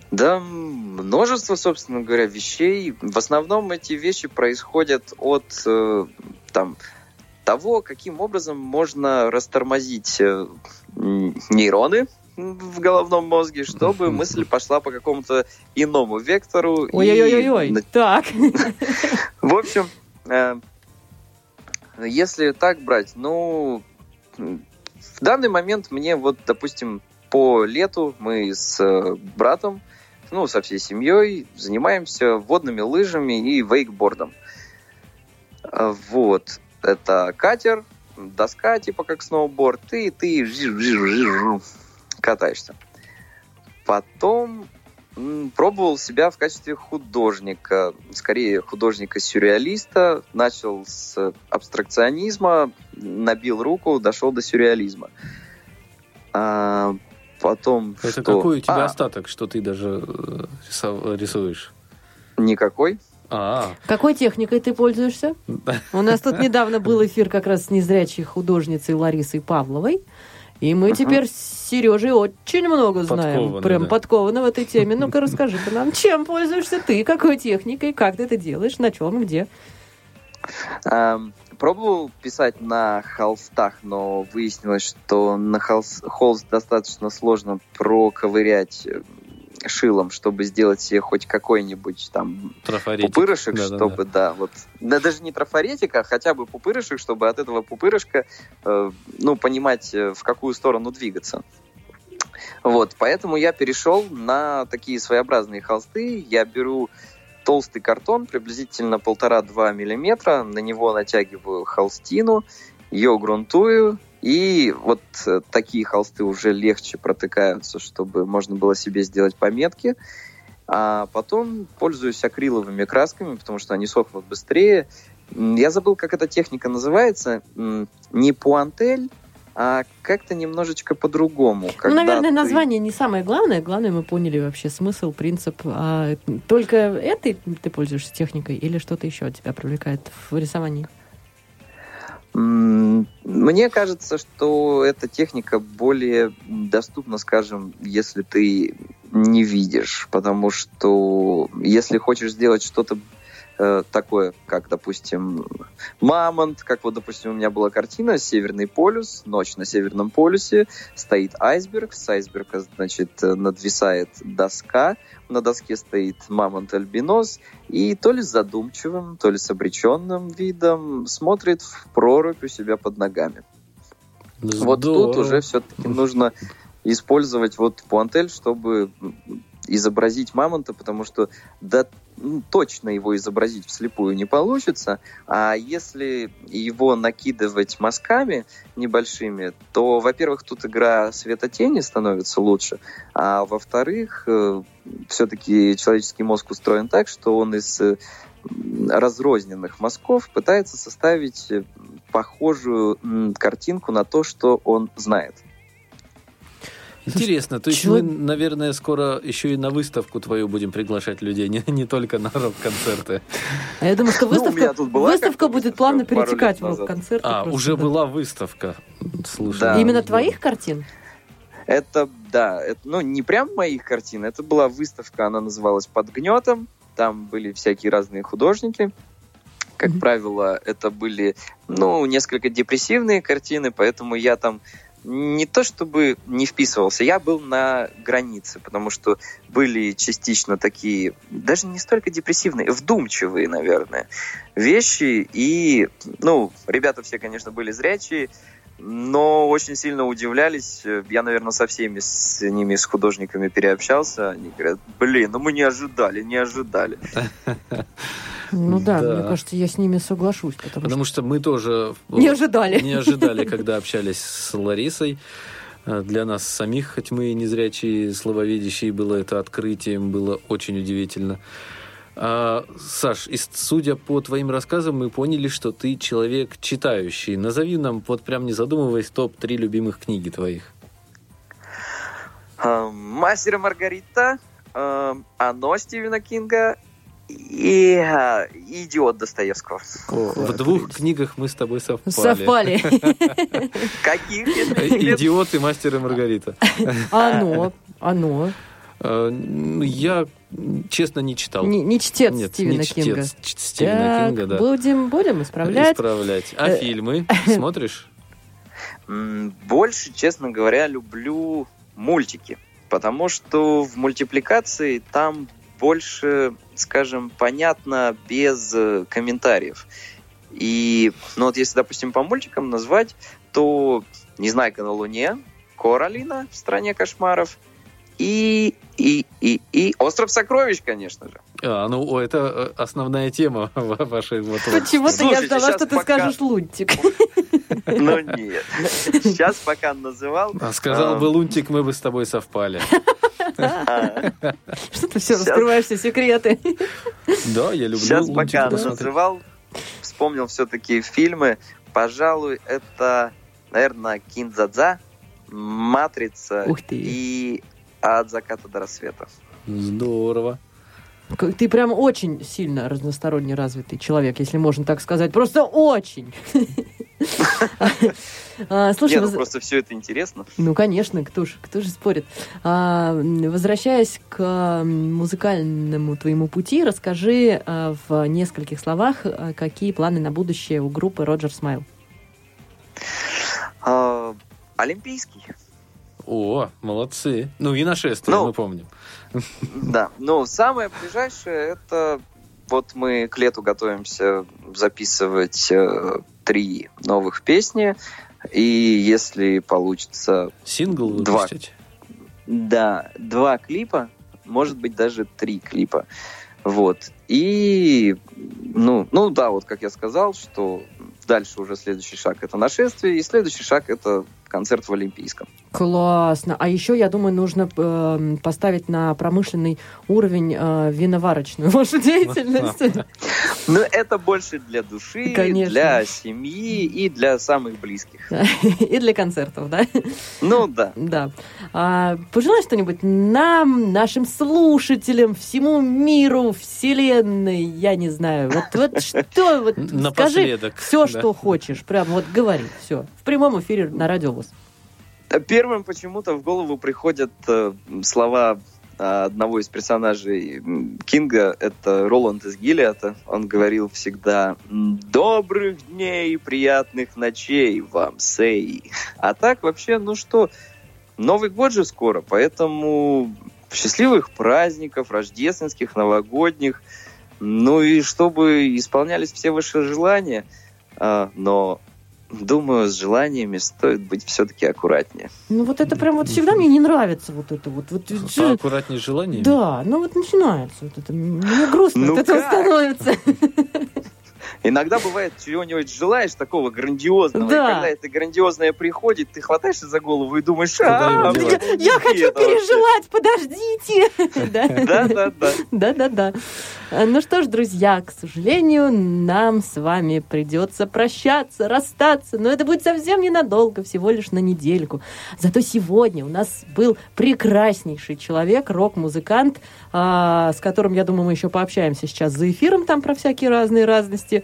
Да, множество, собственно говоря, вещей. В основном эти вещи происходят от э, там, того, каким образом можно растормозить э, нейроны в головном мозге, чтобы мысль пошла по какому-то иному вектору. Ой-ой-ой-ой, и... так. В общем, э, если так брать, ну, в данный момент мне вот, допустим, по лету мы с э, братом, ну, со всей семьей занимаемся водными лыжами и вейкбордом. Вот. Это катер, доска, типа как сноуборд, и ты катаешься. Потом м, пробовал себя в качестве художника, скорее художника-сюрреалиста. Начал с абстракционизма, набил руку, дошел до сюрреализма. А, потом Это что? какой у тебя а, остаток, что ты даже рисуешь? Никакой. А, Какой техникой ты пользуешься? У нас тут недавно был эфир как раз с незрячей художницей Ларисой Павловой. И мы uh-huh. теперь с Сережей очень много знаем. Подкованы, Прям да. подкованы в этой теме. Ну-ка, расскажи-ка нам, чем пользуешься ты, какой техникой, как ты это делаешь, на чем, где? Um, пробовал писать на холстах, но выяснилось, что на холст, холст достаточно сложно проковырять шилом, чтобы сделать себе хоть какой-нибудь там трафаретик. Пупырышек, да, чтобы, да, да, вот, да, даже не трафаретик, а хотя бы пупырышек, чтобы от этого пупырышка, э, ну, понимать, в какую сторону двигаться. Вот, поэтому я перешел на такие своеобразные холсты. Я беру толстый картон, приблизительно полтора-два миллиметра, на него натягиваю холстину, ее грунтую, и вот такие холсты уже легче протыкаются, чтобы можно было себе сделать пометки. А потом пользуюсь акриловыми красками, потому что они сохнут быстрее. Я забыл, как эта техника называется. Не пуантель, а как-то немножечко по-другому. Ну, наверное, ты... название не самое главное. Главное, мы поняли вообще смысл, принцип. А только этой ты пользуешься техникой или что-то еще тебя привлекает в рисовании? Мне кажется, что эта техника более доступна, скажем, если ты не видишь, потому что если хочешь сделать что-то э, такое, как, допустим, мамонт, как вот, допустим, у меня была картина «Северный полюс», «Ночь на Северном полюсе», стоит айсберг, с айсберга, значит, надвисает доска, на доске стоит мамонт-альбинос, и то ли с задумчивым, то ли с обреченным видом смотрит в прорубь у себя под ногами. Здорово. Вот тут уже все-таки нужно использовать вот пуантель, чтобы изобразить мамонта, потому что да, ну, точно его изобразить вслепую не получится, а если его накидывать мазками небольшими, то, во-первых, тут игра света-тени становится лучше, а во-вторых, э, все-таки человеческий мозг устроен так, что он из э, разрозненных мазков пытается составить похожую м, картинку на то, что он знает. Интересно, то есть Чего? мы, наверное, скоро еще и на выставку твою будем приглашать людей, не, не только на рок-концерты. А я думаю, что выставка, ну, была выставка будет плавно перетекать в назад. рок-концерты. А, просто, уже да. была выставка. Слушай, Да. Именно твоих картин? Это, да, это, ну, не прям моих картин, это была выставка, она называлась «Под гнетом», там были всякие разные художники. Как mm-hmm. правило, это были, ну, несколько депрессивные картины, поэтому я там не то чтобы не вписывался, я был на границе, потому что были частично такие, даже не столько депрессивные, вдумчивые, наверное, вещи. И, ну, ребята все, конечно, были зрячие, но очень сильно удивлялись. Я, наверное, со всеми с ними, с художниками переобщался. Они говорят, блин, ну мы не ожидали, не ожидали. Ну да, Да. мне кажется, я с ними соглашусь. Потому, Потому что мы тоже Не ожидали. не ожидали, когда общались с Ларисой. Для нас самих, хоть мы и незрячие, слабовидящие, было это открытием, было очень удивительно. А, Саш, и судя по твоим рассказам, мы поняли, что ты человек читающий. Назови нам, вот прям не задумываясь, топ-три любимых книги твоих. «Мастер и Маргарита», «Оно» Стивена Кинга и «Идиот» Достоевского. О, в двух книгах мы с тобой совпали. Совпали. Каких? Если «Идиот» и «Мастер и Маргарита». Оно, оно. Я, честно, не читал. Не, не чтец Нет, Стивена не Кинга. Чтец Стивена так, Кинга, да. Будем, будем исправлять. Исправлять. А фильмы смотришь? Больше, честно говоря, люблю мультики. Потому что в мультипликации там больше, скажем, понятно без комментариев. И, ну вот если, допустим, по мультикам назвать, то «Незнайка на Луне», «Коралина в стране кошмаров» и, и, и, и «Остров сокровищ», конечно же. А, ну, это основная тема вашей... Вот, почему-то я ждала, что ты пока... скажешь «Лунтик». Ну нет. Сейчас пока называл... А сказал бы «Лунтик», мы бы с тобой совпали. Что ты все раскрываешь, все секреты? Да, я люблю Сейчас «Лунтика» пока называл, вспомнил все-таки фильмы. Пожалуй, это, наверное, «Кин-дза-дза», «Матрица» и «От заката до рассвета». Здорово. Ты прям очень сильно разносторонне развитый человек, если можно так сказать. Просто очень. Слушай, Нет, ну просто все это интересно. Ну, конечно, кто же, кто же спорит. Возвращаясь к музыкальному твоему пути, расскажи в нескольких словах, какие планы на будущее у группы Роджер Смайл. Олимпийский. О, молодцы. Ну и нашествие, ну, мы помним. Да, но самое ближайшее, это вот мы к лету готовимся записывать э, три новых песни, и если получится... Сингл два, выпустить? Да, два клипа, может быть, даже три клипа. Вот. И, ну, ну да, вот как я сказал, что дальше уже следующий шаг — это нашествие, и следующий шаг — это концерт в Олимпийском. Классно. А еще, я думаю, нужно э, поставить на промышленный уровень э, виноварочную вашу деятельность. Ну, это больше для души, конечно, для семьи и для самых близких. И для концертов, да? Ну, да. Да. А, пожелай что-нибудь нам, нашим слушателям, всему миру, вселенной, я не знаю. Вот, вот что, вот скажи все, да. что хочешь. Прям вот говори, все. В прямом эфире на Радио ВОС. Первым почему-то в голову приходят э, слова э, одного из персонажей Кинга, это Роланд из Гилеада. Он говорил всегда: «Добрых дней, приятных ночей вам, сей». А так вообще, ну что, Новый год же скоро, поэтому счастливых праздников, рождественских, новогодних, ну и чтобы исполнялись все ваши желания, э, но... Думаю, с желаниями стоит быть все-таки аккуратнее. Ну вот это прям вот всегда мне не нравится вот это вот. вот Поаккуратнее с желаниями? Да, ну вот начинается вот это. Мне грустно ну от этого как? становится. Иногда бывает, чего-нибудь желаешь такого грандиозного, да. И когда это грандиозное приходит, ты хватаешься за голову и думаешь: а, я, я хочу переживать, подождите. Да-да-да. Да-да-да. Ну что ж, друзья, к сожалению, нам с вами придется прощаться, расстаться, но это будет совсем ненадолго, всего лишь на недельку. Зато сегодня у нас был прекраснейший человек, рок-музыкант, с которым, я думаю, мы еще пообщаемся сейчас за эфиром, там про всякие разные разности.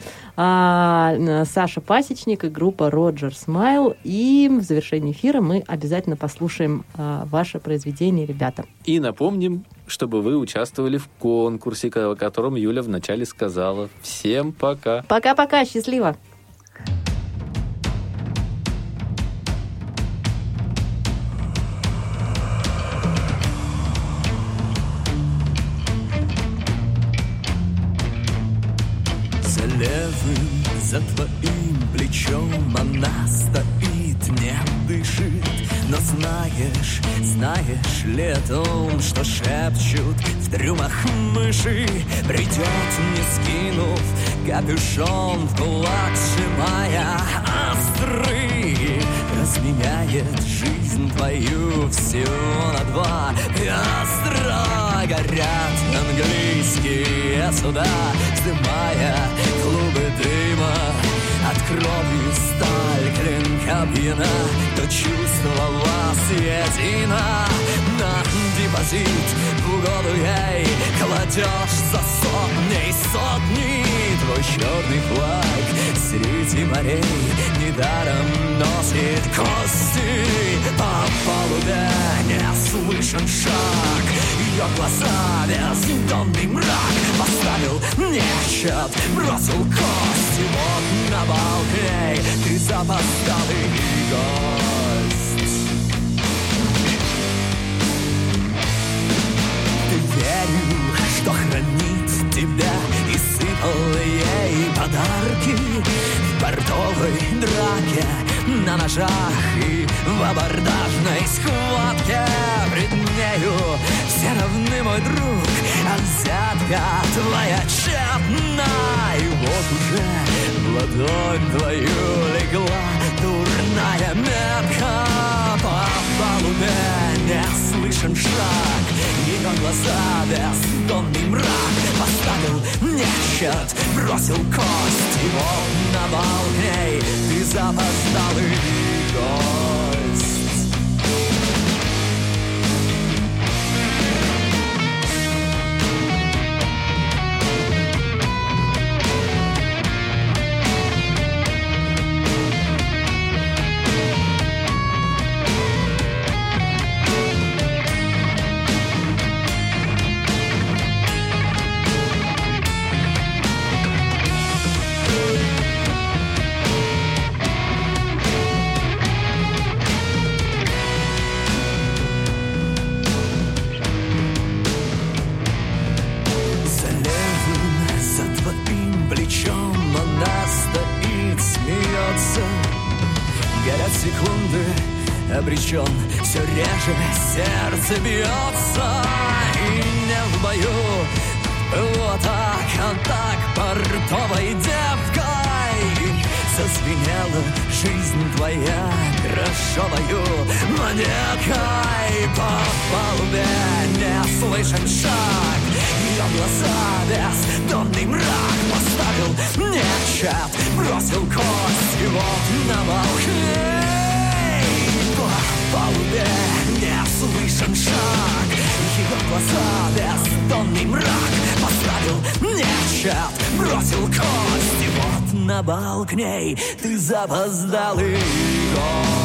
Саша Пасечник и группа Роджер Смайл. И в завершении эфира мы обязательно послушаем ваше произведение, ребята. И напомним, чтобы вы участвовали в конкурсе, о котором Юля вначале сказала. Всем пока. Пока-пока, счастливо. За левым, за твоим плечом она стоит, не дышит. Но знаешь, знаешь ли о том, что шепчут в трюмах мыши? Придет, не скинув капюшон, в кулак сжимая остры, разменяет жизнь твою всего на два. Остро горят английские суда, вздымая клубы дыма. От крови сталь клинка пьяна, то чувство вас едино. На депозит в угоду ей кладешь за сотней сотни твой черный флаг среди морей недаром носит кости. По палубе не слышен шаг, ее глаза бездонный мрак. Поставил нечет, бросил кость, и вот на балке ты запоздалый гость. Ты верил, что хранит тебя, и сыпал ей подарки в портовой драке, на ножах и в абордажной схватке. Пред нею все равны, мой друг, а взятка твоя тщетна. И вот уже в ладонь твою легла дурная метка. По палубе не слышен шаг, ее глаза бездонный мрак. Поставил нечет, бросил кость, и вот на балке ты запоздалый гость. Обречен, все реже сердце бьется, и не в бою. Вот так, а так портовой девкой зазвенела жизнь твоя грошовою монеткой. По палубе не слышен шаг, ее глаза бездонный мрак. Поставил нечет, бросил кость, и вот на балке по палубе не слышен шаг, ее глаза бездонный мрак. Поставил нечет, бросил кость, и вот на бал к ней ты запоздалый гость.